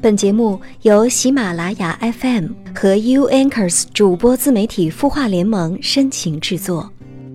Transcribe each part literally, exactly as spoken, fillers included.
本节目由喜马拉雅 F M 和 U Anchors 主播自媒体孵化联盟深情制作。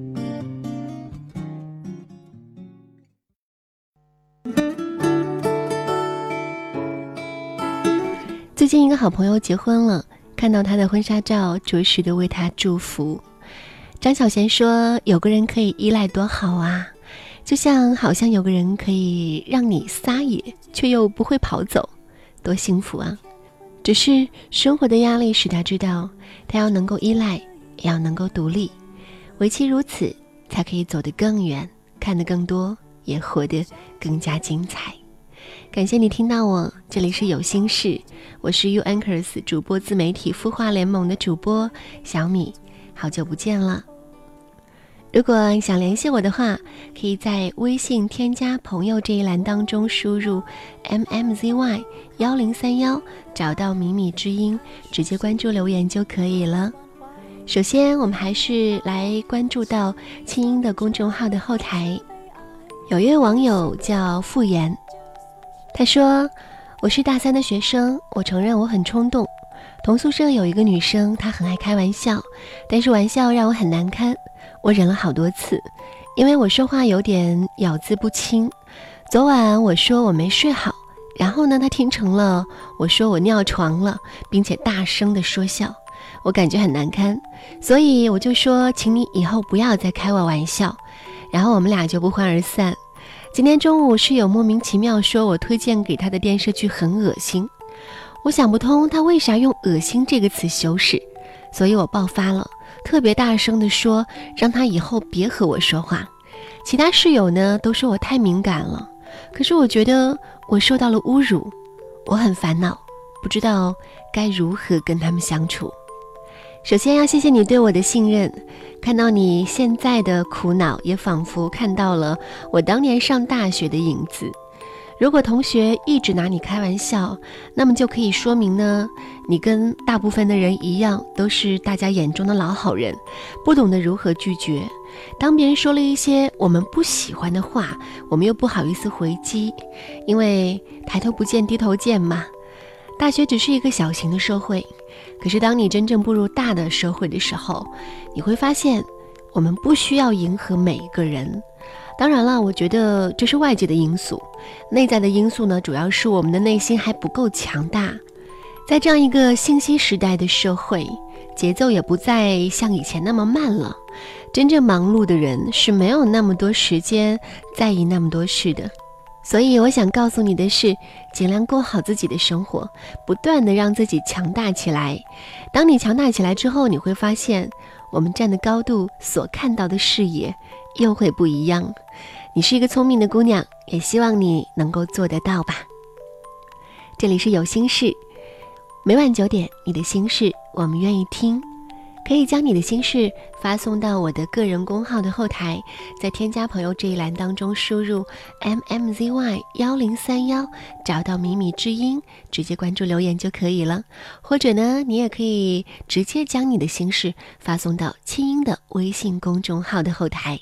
最近一个好朋友结婚了，看到他的婚纱照，着实的为他祝福。张小娴说，有个人可以依赖多好啊，就像好像有个人可以让你撒野却又不会跑走，多幸福啊。只是生活的压力使他知道，他要能够依赖，也要能够独立，唯其如此，才可以走得更远，看得更多，也活得更加精彩。感谢你听到我，这里是有心事，我是 U Anchors 主播自媒体孵化联盟的主播小米，好久不见了。如果想联系我的话，可以在微信添加朋友这一栏当中输入 M M Z Y 一零三一，找到米米之音，直接关注留言就可以了。首先我们还是来关注到清音的公众号的后台，有一位网友叫傅言，他说，我是大三的学生，我承认我很冲动。同宿舍有一个女生，她很爱开玩笑，但是玩笑让我很难堪，我忍了好多次，因为我说话有点咬字不清。昨晚我说我没睡好，然后呢，她听成了我说我尿床了，并且大声地说笑，我感觉很难堪，所以我就说请你以后不要再开我玩笑，然后我们俩就不欢而散。今天中午室友莫名其妙说我推荐给他的电视剧很恶心，我想不通他为啥用恶心这个词修饰，所以我爆发了，特别大声地说让他以后别和我说话。其他室友呢都说我太敏感了，可是我觉得我受到了侮辱，我很烦恼，不知道该如何跟他们相处。首先要谢谢你对我的信任，看到你现在的苦恼，也仿佛看到了我当年上大学的影子。如果同学一直拿你开玩笑，那么就可以说明呢，你跟大部分的人一样，都是大家眼中的老好人，不懂得如何拒绝。当别人说了一些我们不喜欢的话，我们又不好意思回击，因为抬头不见低头见嘛。大学只是一个小型的社会，可是当你真正步入大的社会的时候，你会发现我们不需要迎合每一个人。当然了，我觉得这是外界的因素，内在的因素呢，主要是我们的内心还不够强大。在这样一个信息时代的社会，节奏也不再像以前那么慢了，真正忙碌的人是没有那么多时间在意那么多事的。所以我想告诉你的是，尽量过好自己的生活，不断的让自己强大起来。当你强大起来之后，你会发现我们站的高度所看到的视野又会不一样。你是一个聪明的姑娘，也希望你能够做得到吧。这里是有心事，每晚九点，你的心事我们愿意听。可以将你的心事发送到我的个人公号的后台，在添加朋友这一栏当中输入 M M Z Y 一零三一，找到米米之音，直接关注留言就可以了。或者呢，你也可以直接将你的心事发送到清音的微信公众号的后台。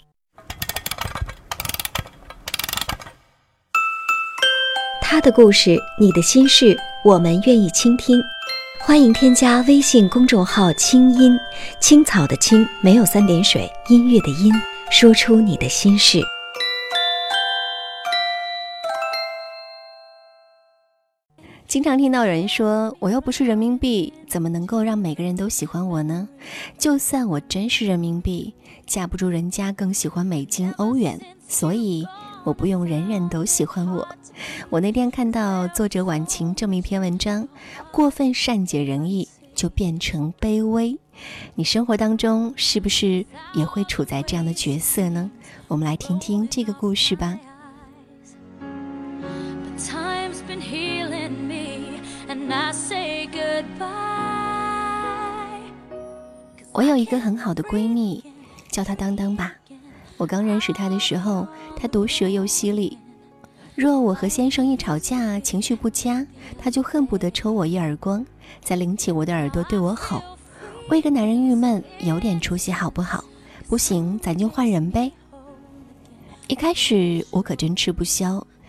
他的故事，你的心事，我们愿意倾听。欢迎添加微信公众号清音，青草的青，没有三点水，音乐的音，说出你的心事。 经常听到人说，我又不是人民币，怎么能够让每个人都喜欢我呢？就算我真是人民币，架不住人家更喜欢美金欧元，所以我不用人人都喜欢我。我那天看到作者婉晴这么一篇文章，过分善解人意就变成卑微。你生活当中是不是也会处在这样的角色呢？我们来听听这个故事吧。我有一个很好的闺蜜，叫她当当吧。我刚认识她的时候，她毒舌又犀利，若我和先生一吵架，情绪不佳，她就恨不得抽我一耳光，再拎起我的耳朵对我吼，为个男人郁闷，有点出息好不好？不行咱就换人呗。一开始我可真吃不消，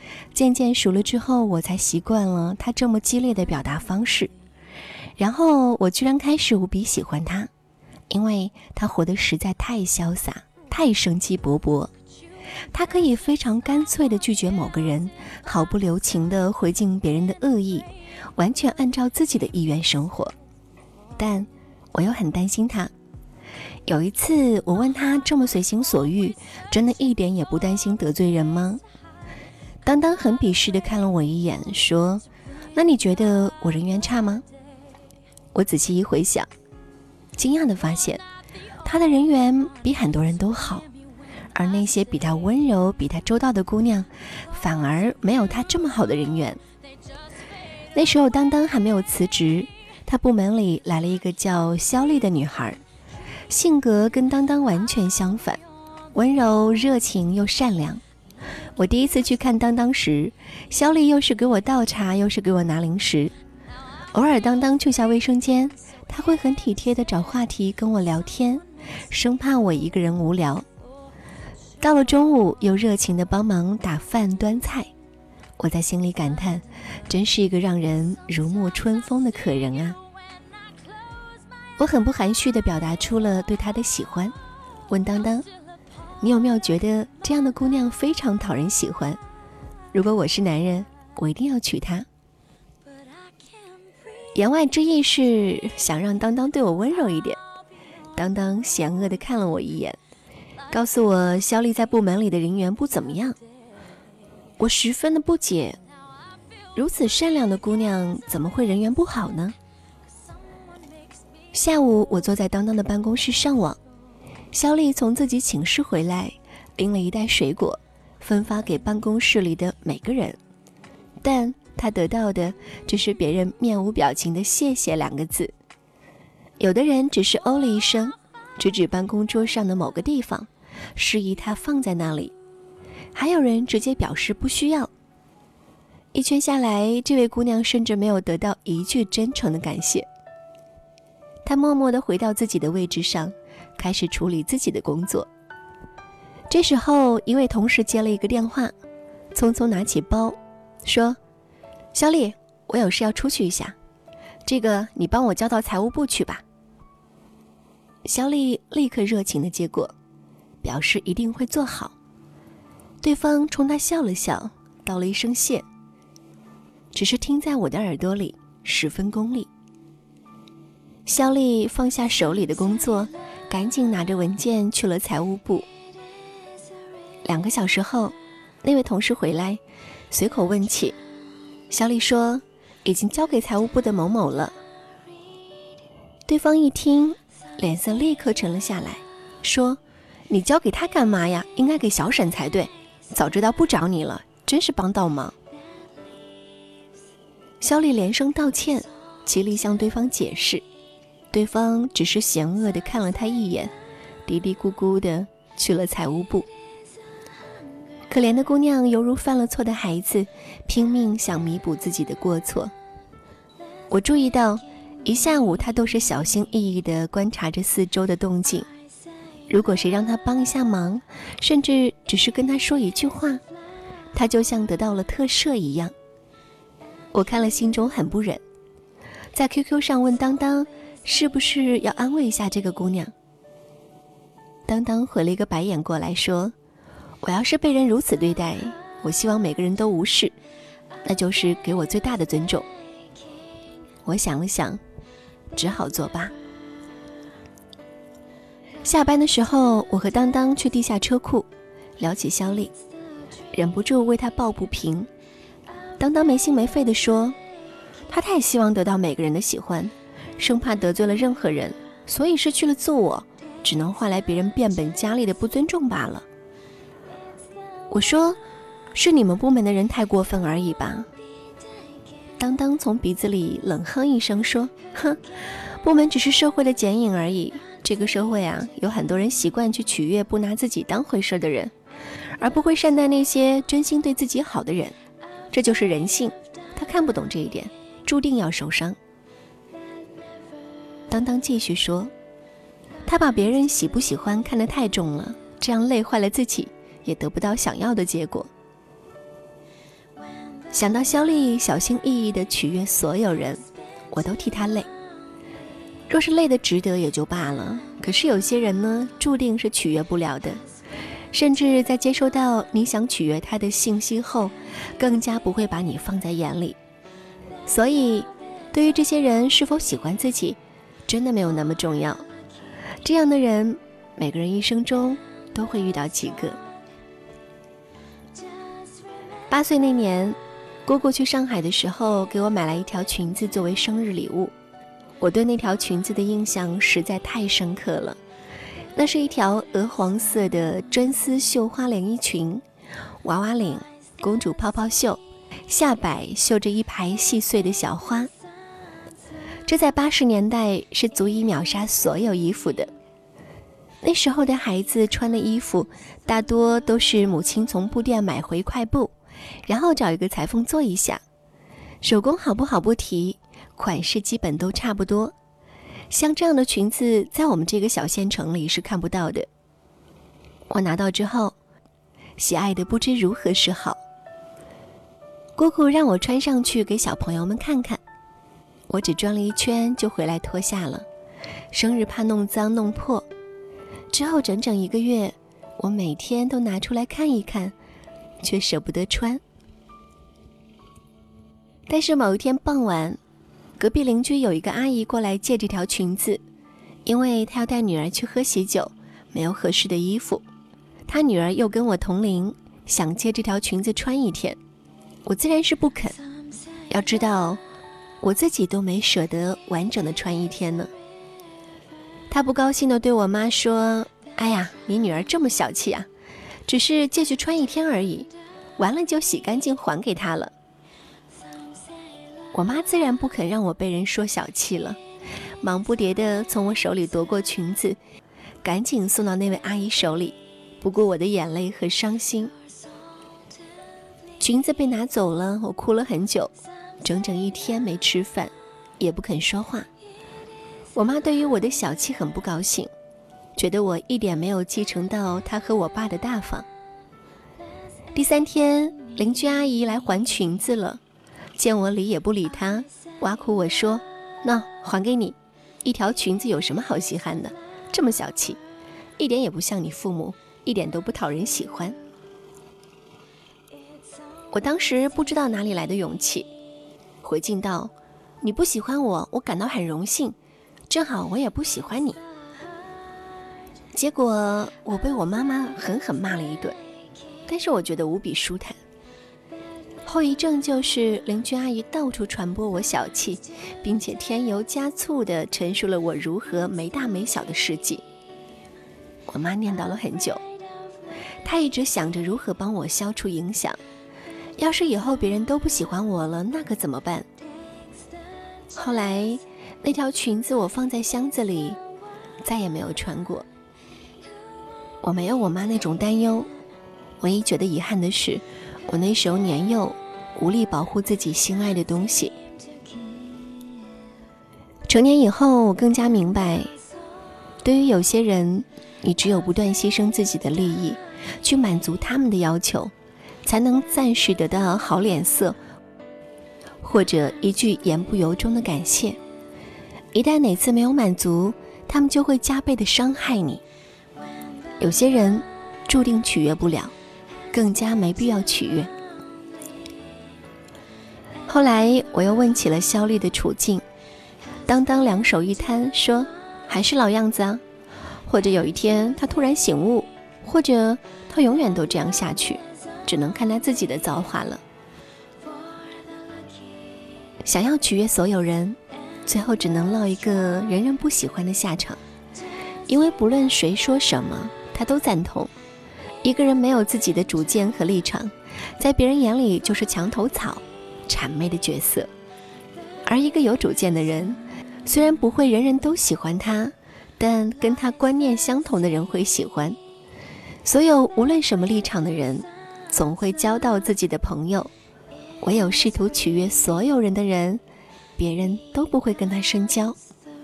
渐渐熟了之后，我才习惯了他这么激烈的表达方式。然后我居然开始无比喜欢他，因为他活得实在太潇洒，太生机勃勃。他可以非常干脆地拒绝某个人，毫不留情地回敬别人的恶意，完全按照自己的意愿生活。但我又很担心他。有一次我问他，这么随心所欲，真的一点也不担心得罪人吗？当当很鄙视地看了我一眼，说，那你觉得我人缘差吗？我仔细一回想，惊讶地发现他的人缘比很多人都好，而那些比他温柔比他周到的姑娘反而没有他这么好的人缘。那时候当当还没有辞职，他部门里来了一个叫肖丽的女孩，性格跟当当完全相反，温柔热情又善良。我第一次去看当当时，肖丽又是给我倒茶又是给我拿零食，偶尔当当去下卫生间，他会很体贴地找话题跟我聊天，生怕我一个人无聊。到了中午又热情地帮忙打饭端菜，我在心里感叹，真是一个让人如沐春风的可人啊。我很不含蓄地表达出了对他的喜欢，问当当，你有没有觉得这样的姑娘非常讨人喜欢？如果我是男人，我一定要娶她。言外之意是想让当当对我温柔一点。当当险恶地看了我一眼，告诉我肖丽在部门里的人缘不怎么样。我十分的不解，如此善良的姑娘怎么会人缘不好呢？下午我坐在当当的办公室上网，肖丽从自己寝室回来，拎了一袋水果，分发给办公室里的每个人，但她得到的只是别人面无表情的谢谢两个字。有的人只是哦了一声，指指办公桌上的某个地方，示意他放在那里，还有人直接表示不需要。一圈下来，这位姑娘甚至没有得到一句真诚的感谢。她默默地回到自己的位置上，开始处理自己的工作。这时候一位同事接了一个电话，匆匆拿起包说，肖丽，我有事要出去一下，这个你帮我交到财务部去吧。肖丽立刻热情地接过，表示一定会做好。对方冲她笑了笑，道了一声谢，只是听在我的耳朵里十分功利。肖丽放下手里的工作，赶紧拿着文件去了财务部。两个小时后，那位同事回来，随口问起，肖丽说已经交给财务部的某某了。对方一听，脸色立刻沉了下来，说，你交给他干嘛呀？应该给小沈才对，早知道不找你了，真是帮倒忙。肖丽连声道歉，极力向对方解释，对方只是嫌恶地看了他一眼，嘀嘀咕咕地去了财务部。可怜的姑娘犹如犯了错的孩子，拼命想弥补自己的过错。我注意到一下午她都是小心翼翼地观察着四周的动静，如果谁让她帮一下忙，甚至只是跟她说一句话，她就像得到了特赦一样。我看了心中很不忍，在 Q Q 上问当当是不是要安慰一下这个姑娘。当当回了一个白眼过来说，我要是被人如此对待，我希望每个人都无视，那就是给我最大的尊重。我想了想，只好作罢。下班的时候，我和当当去地下车库聊起肖丽，忍不住为她抱不平。当当没心没肺地说，她太希望得到每个人的喜欢，生怕得罪了任何人，所以失去了自我，只能换来别人变本加厉的不尊重罢了。我说，是你们部门的人太过分而已吧。当当从鼻子里冷哼一声说，哼，部门只是社会的剪影而已，这个社会啊，有很多人习惯去取悦不拿自己当回事的人，而不会善待那些真心对自己好的人，这就是人性，他看不懂这一点，注定要受伤。当当继续说，他把别人喜不喜欢看得太重了，这样累坏了自己，也得不到想要的结果。 想到肖丽小心翼翼地取悦所有人，我都替她累。若是累得值得也就罢了，可是有些人呢，注定是取悦不了的，甚至在接收到你想取悦他的信息后，更加不会把你放在眼里。所以对于这些人是否喜欢自己，真的没有那么重要。这样的人，每个人一生中都会遇到几个。八岁那年，姑姑去上海的时候，给我买来一条裙子作为生日礼物。我对那条裙子的印象实在太深刻了。那是一条鹅黄色的真丝绣花连衣裙，娃娃领，公主泡泡袖，下摆绣着一排细碎的小花。这在八十年代是足以秒杀所有衣服的。那时候的孩子穿的衣服大多都是母亲从布店买回块布，然后找一个裁缝做一下，手工好不好不提，款式基本都差不多。像这样的裙子在我们这个小县城里是看不到的。我拿到之后，喜爱的不知如何是好。姑姑让我穿上去给小朋友们看看，我只转了一圈就回来脱下了，生日怕弄脏弄破。之后整整一个月，我每天都拿出来看一看，却舍不得穿。但是某一天傍晚，隔壁邻居有一个阿姨过来借这条裙子，因为她要带女儿去喝喜酒，没有合适的衣服。她女儿又跟我同龄，想借这条裙子穿一天，我自然是不肯。要知道，我自己都没舍得完整的穿一天呢。她不高兴地对我妈说：“哎呀，你女儿这么小气啊，只是借去穿一天而已，完了就洗干净还给她了。”我妈自然不肯让我被人说小气了，忙不迭地从我手里夺过裙子，赶紧送到那位阿姨手里，不顾我的眼泪和伤心。裙子被拿走了，我哭了很久，整整一天没吃饭，也不肯说话。我妈对于我的小气很不高兴，觉得我一点没有继承到她和我爸的大方。第三天，邻居阿姨来还裙子了，见我理也不理她，挖苦我说：“那还给你，一条裙子有什么好稀罕的？这么小气，一点也不像你父母，一点都不讨人喜欢。”我当时不知道哪里来的勇气，回敬道：“你不喜欢我，我感到很荣幸，正好我也不喜欢你。”结果我被我妈妈狠狠骂了一顿，但是我觉得无比舒坦。后遗症就是邻居阿姨到处传播我小气，并且添油加醋地陈述了我如何没大没小的事迹。我妈念叨了很久，她一直想着如何帮我消除影响。要是以后别人都不喜欢我了，那可怎么办？后来那条裙子我放在箱子里，再也没有穿过。我没有我妈那种担忧，唯一觉得遗憾的是，我那时候年幼，无力保护自己心爱的东西。成年以后，我更加明白，对于有些人，你只有不断牺牲自己的利益，去满足他们的要求，才能暂时得到好脸色，或者一句言不由衷的感谢。一旦哪次没有满足，他们就会加倍的伤害你。有些人注定取悦不了，更加没必要取悦。后来我又问起了肖丽的处境，当当两手一摊说：“还是老样子啊。”或者有一天他突然醒悟，或者他永远都这样下去，只能看他自己的造化了。想要取悦所有人，最后只能落一个人人不喜欢的下场，因为不论谁说什么，他都赞同。一个人没有自己的主见和立场，在别人眼里就是墙头草、谄媚的角色。而一个有主见的人，虽然不会人人都喜欢他，但跟他观念相同的人会喜欢。所有无论什么立场的人，总会交到自己的朋友。唯有试图取悦所有人的人，别人都不会跟他深交。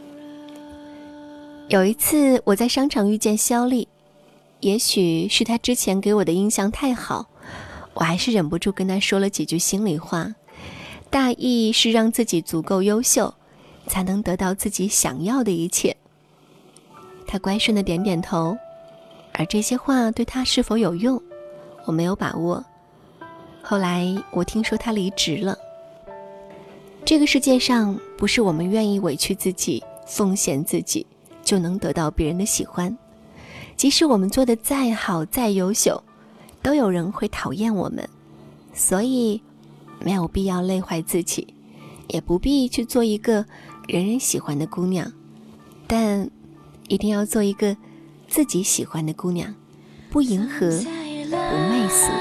有一次我在商场遇见肖丽，也许是他之前给我的印象太好， 我还是忍不住跟他说了几句心里话，大意是让自己足够优秀，才能得到自己想要的一切。他乖顺地点点头，而这些话对他是否有用，我没有把握。后来我听说他离职了。这个世界上不是我们愿意委屈自己、奉献自己就能得到别人的喜欢，即使我们做得再好再优秀，都有人会讨厌我们。所以没有必要累坏自己，也不必去做一个人人喜欢的姑娘，但一定要做一个自己喜欢的姑娘，不迎合，不媚俗。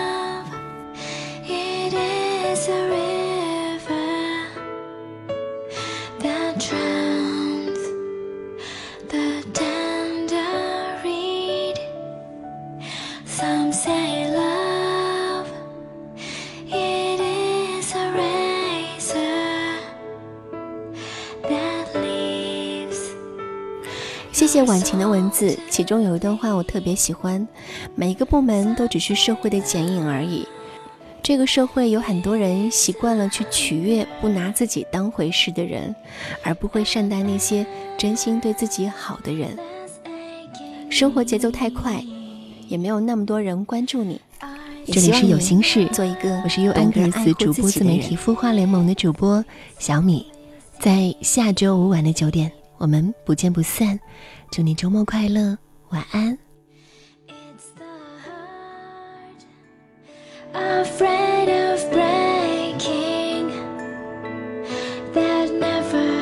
谢谢婉晴的文字，其中有一段话我特别喜欢，每一个部门都只是社会的剪影而已。这个社会有很多人习惯了去取悦不拿自己当回事的人，而不会善待那些真心对自己好的人。生活节奏太快，也没有那么多人关注你。这里是有心事，做一个我是 U N K S 主播自媒体孵化联盟的主播小米，在下周五晚的九点我们不见不散，祝你周末快乐，晚安。Afraid of breaking, that never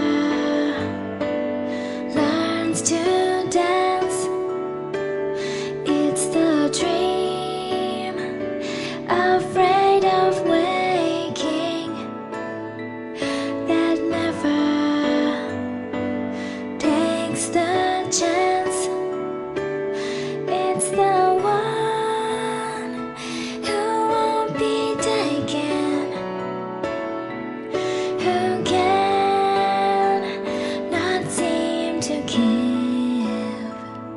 learns to dance. It's the dream, afraid of waking, that never takes the chance. It's the one who won't be taken, who can not seem to give.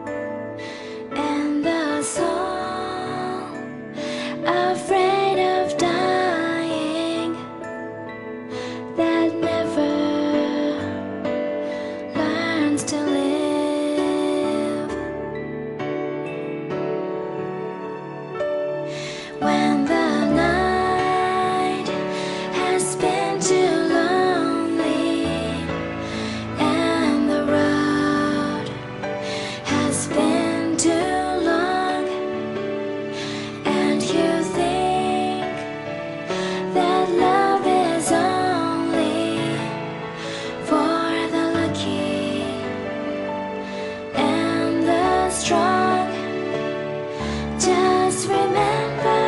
And the soul afraid of dying, that never learns to live. When the night has been too lonely and the road has been too long, and you think that love is only for the lucky and the strong, just remember,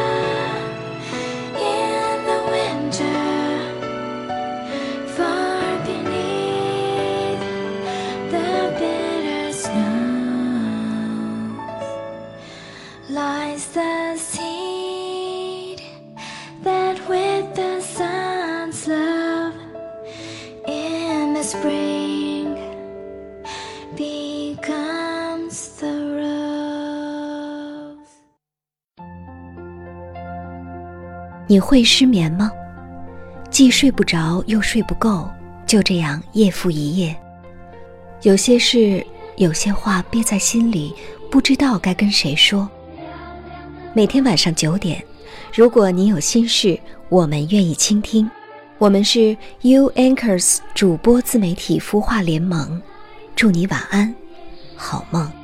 in the winter, far beneath the bitter snows, lies the seed that with the sun's love in the spring becomes the rose. 你会失眠吗？既睡不着又睡不够，就这样夜复一夜。有些事，有些话憋在心里，不知道该跟谁说。每天晚上九点，如果你有心事，我们愿意倾听。我们是 U Anchors 主播自媒体孵化联盟，祝你晚安，好梦。